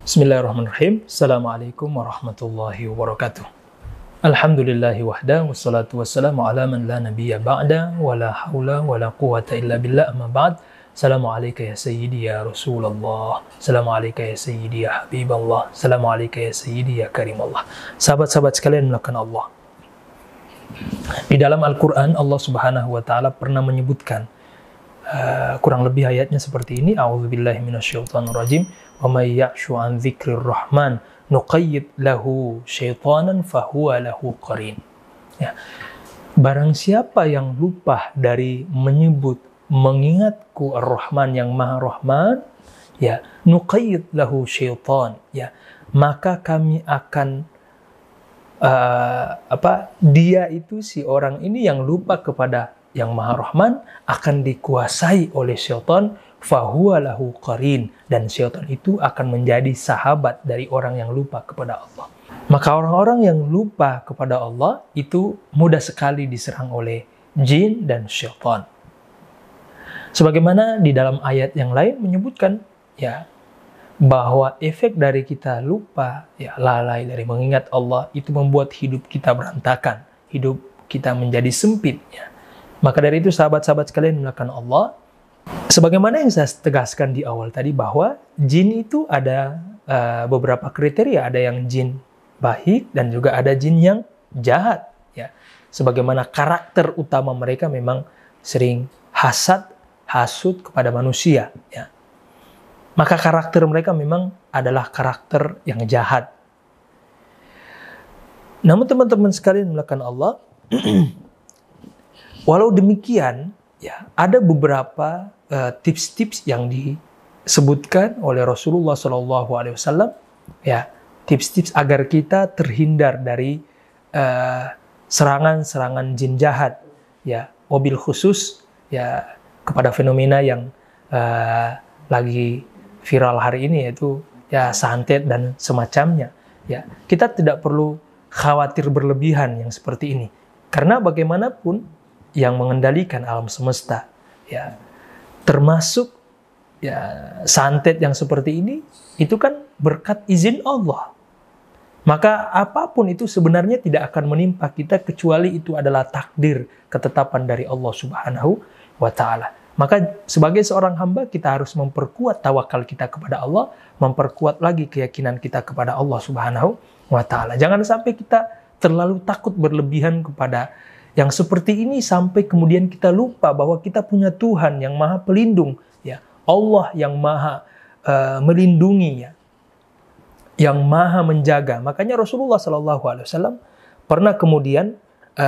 Bismillahirrahmanirrahim. Assalamualaikum warahmatullahi wabarakatuh. Alhamdulillahi wahda, wassalatu wassalamu ala man la nabiyya ba'da, wa la hawla wa la quwata illa billah, amma ba'd. Assalamu alayka ya sayyidi ya Rasulullah. Assalamu alayka ya sayyidi ya Habiballah. Assalamu alayka ya sayyidi ya Karimallah. Sahabat-sahabat sekalian melakukan Allah. Di dalam Al-Quran, Allah subhanahu wa ta'ala pernah menyebutkan kurang lebih ayatnya seperti ini. A'udzubillahi minasyaitonirrajim. Wa may ya'shu an dzikrir rahman nuqayyid lahu syaitanan fahuwa lahu qarin. Ya. Barang siapa yang lupa dari menyebut mengingatku Ar-Rahman yang Maha Rahman, ya, nuqayyid lahu syaitan, ya, maka kami akan dia itu si orang ini yang lupa kepada yang Maha Rahman akan dikuasai oleh syaitan, fahuwa lahu qarin, dan syaitan itu akan menjadi sahabat dari orang yang lupa kepada Allah. Maka orang-orang yang lupa kepada Allah itu mudah sekali diserang oleh jin dan syaitan. Sebagaimana di dalam ayat yang lain menyebutkan, ya, bahwa efek dari kita lupa, ya, lalai dari mengingat Allah itu membuat hidup kita berantakan, hidup kita menjadi sempit, ya. Maka dari itu sahabat-sahabat sekalian melakukan Allah, sebagaimana yang saya tegaskan di awal tadi bahwa jin itu ada beberapa kriteria, ada yang jin baik dan juga ada jin yang jahat, ya. Sebagaimana karakter utama mereka memang sering hasud kepada manusia, ya. Maka karakter mereka memang adalah karakter yang jahat. Namun teman-teman sekalian melakukan Allah, walau demikian, ya, ada beberapa tips-tips yang disebutkan oleh Rasulullah SAW, ya, tips-tips agar kita terhindar dari serangan-serangan jin jahat, ya, wabil khusus, ya, kepada fenomena yang lagi viral hari ini, yaitu, ya, santet dan semacamnya, ya. Kita tidak perlu khawatir berlebihan yang seperti ini, karena bagaimanapun yang mengendalikan alam semesta, ya, termasuk, ya, santet yang seperti ini, itu kan berkat izin Allah. Maka apapun itu sebenarnya tidak akan menimpa kita kecuali itu adalah takdir, ketetapan dari Allah Subhanahu wa Ta'ala. Maka sebagai seorang hamba kita harus memperkuat tawakal kita kepada Allah, memperkuat lagi keyakinan kita kepada Allah Subhanahu wa Ta'ala. Jangan sampai kita terlalu takut berlebihan kepada yang seperti ini sampai kemudian kita lupa bahwa kita punya Tuhan yang Maha Pelindung, ya, Allah yang Maha melindungi, ya, yang Maha menjaga. Makanya Rasulullah SAW pernah kemudian,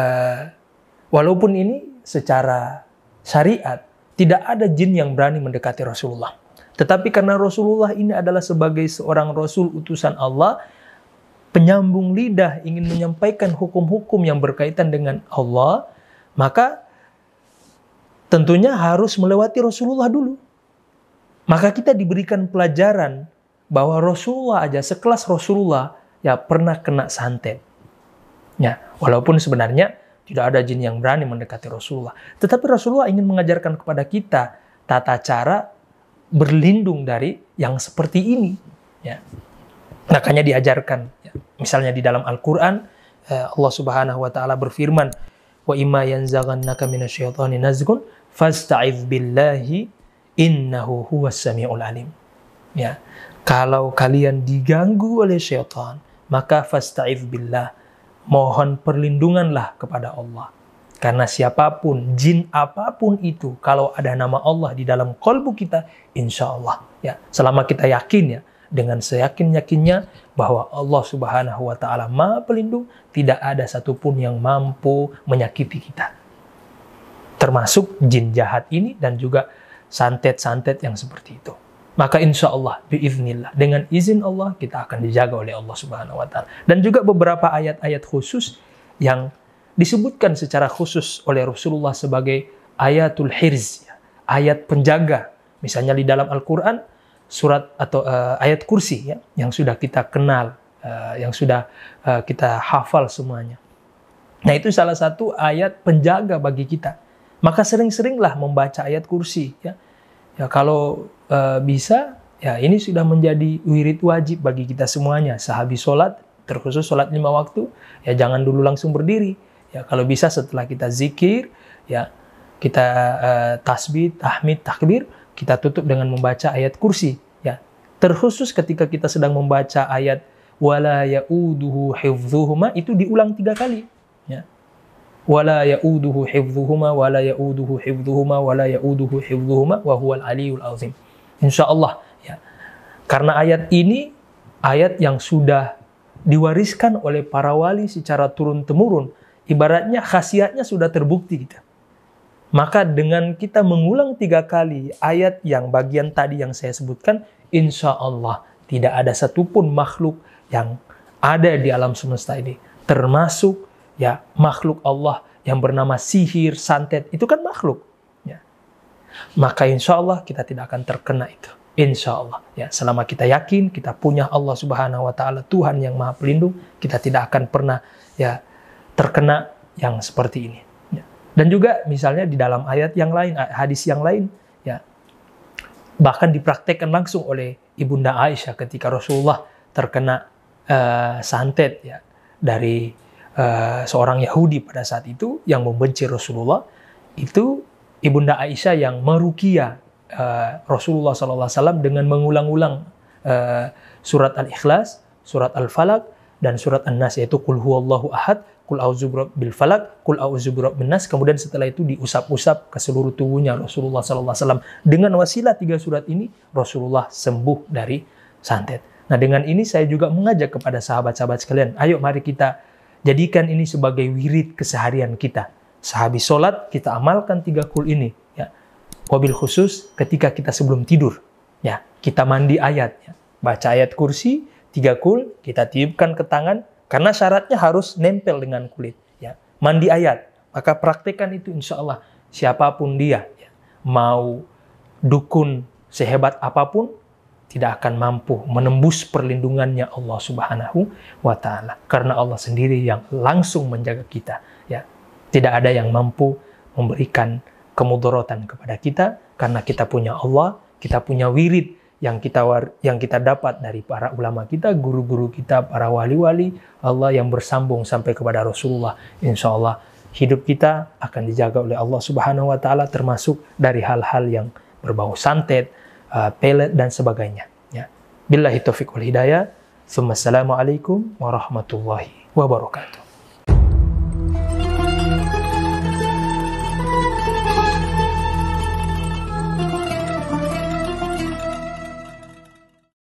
walaupun ini secara syariat tidak ada jin yang berani mendekati Rasulullah, tetapi karena Rasulullah ini adalah sebagai seorang Rasul utusan Allah, penyambung lidah, ingin menyampaikan hukum-hukum yang berkaitan dengan Allah, maka tentunya harus melewati Rasulullah dulu. Maka kita diberikan pelajaran bahwa Rasulullah aja, sekelas Rasulullah, ya, pernah kena santet. Ya, walaupun sebenarnya tidak ada jin yang berani mendekati Rasulullah, tetapi Rasulullah ingin mengajarkan kepada kita tata cara berlindung dari yang seperti ini, ya. Makanya diajarkan, ya. Misalnya di dalam Al-Quran, Allah Subhanahu wa Ta'ala berfirman, wa imma yanzaghannaka minasyaitani nazghun fasta'idz billahi innahu huwas samiul alim. Ya, kalau kalian diganggu oleh syaitan, maka fasta'idz billah, mohon perlindunganlah kepada Allah. Karena siapapun, jin apapun itu, kalau ada nama Allah di dalam qalbu kita, insya Allah, ya, selama kita yakin, ya, dengan seyakin-yakinnya bahwa Allah Subhanahu wa Ta'ala Maha Pelindung, tidak ada satupun yang mampu menyakiti kita. Termasuk jin jahat ini dan juga santet-santet yang seperti itu. Maka insya Allah, biiznillah, dengan izin Allah, kita akan dijaga oleh Allah Subhanahu wa Ta'ala. Dan juga beberapa ayat-ayat khusus yang disebutkan secara khusus oleh Rasulullah sebagai ayatul hirz, ayat penjaga. Misalnya di dalam Al-Quran, surat atau ayat kursi, ya, yang sudah kita kenal, yang sudah kita hafal semuanya. Nah, itu salah satu ayat penjaga bagi kita. Maka sering-seringlah membaca ayat kursi, ya. Ya, kalau bisa ya ini sudah menjadi wirid wajib bagi kita semuanya. Sehabis sholat, terkhusus sholat 5 waktu, ya jangan dulu langsung berdiri. Ya kalau bisa setelah kita zikir, ya kita tasbih, tahmid, takbir, kita tutup dengan membaca ayat kursi. Ya terkhusus ketika kita sedang membaca ayat wala ya'uduhu hifdzuhuma, itu diulang 3 kali. Ya. Wala ya'uduhu hifdzuhuma, wala ya'uduhu hifdzuhuma, wala ya'uduhu hifdzuhuma, wa huwal aliyul azim. Insyaallah, ya. Karena ayat ini ayat yang sudah diwariskan oleh para wali secara turun-temurun. Ibaratnya khasiatnya sudah terbukti kita. Maka dengan kita mengulang 3 kali ayat yang bagian tadi yang saya sebutkan, insyaallah tidak ada satupun makhluk yang ada di alam semesta ini, termasuk ya makhluk Allah yang bernama sihir, santet, itu kan makhluk. Ya. Maka insya Allah kita tidak akan terkena itu. Insya Allah. Ya, selama kita yakin kita punya Allah Subhanahu Wa Taala, Tuhan yang Maha Pelindung, kita tidak akan pernah ya terkena yang seperti ini. Ya. Dan juga misalnya di dalam ayat yang lain, hadis yang lain, ya bahkan dipraktekkan langsung oleh Ibunda Aisyah ketika Rasulullah terkena santet ya dari seorang Yahudi pada saat itu yang membenci Rasulullah. Itu Ibunda Aisyah yang meruqyah Rasulullah SAW dengan mengulang-ulang surat Al-Ikhlas, surat Al-Falaq, dan surat An-Nas, yaitu Qul huwallahu ahad, Qul a'udzu birabbil falaq, Qul a'udzu birabbin nas. Kemudian setelah itu diusap-usap ke seluruh tubuhnya Rasulullah SAW. Dengan wasilah 3 surat ini Rasulullah sembuh dari santet. Nah, dengan ini saya juga mengajak kepada sahabat-sahabat sekalian, ayo mari kita jadikan ini sebagai wirid keseharian kita. Sehabis sholat, kita amalkan 3 kul ini. Ya. Wabil khusus ketika kita sebelum tidur. Ya, kita mandi ayat. Ya. Baca ayat kursi, 3 kul, kita tiupkan ke tangan, karena syaratnya harus nempel dengan kulit. Ya. Mandi ayat. Maka praktekkan itu insya Allah. Siapapun dia, ya. Mau dukun sehebat apapun, tidak akan mampu menembus perlindungannya Allah Subhanahu wa Ta'ala. Karena Allah sendiri yang langsung menjaga kita. Ya. Tidak ada yang mampu memberikan kemudaratan kepada kita, karena kita punya Allah, kita punya wirid yang kita dapat dari para ulama kita, guru-guru kita, para wali-wali Allah yang bersambung sampai kepada Rasulullah. Insya Allah hidup kita akan dijaga oleh Allah Subhanahu wa Ta'ala, termasuk dari hal-hal yang berbau santet, pelet dan sebagainya. Ya. Billahi taufiq wal hidayah. Assalamualaikum warahmatullahi wabarakatuh.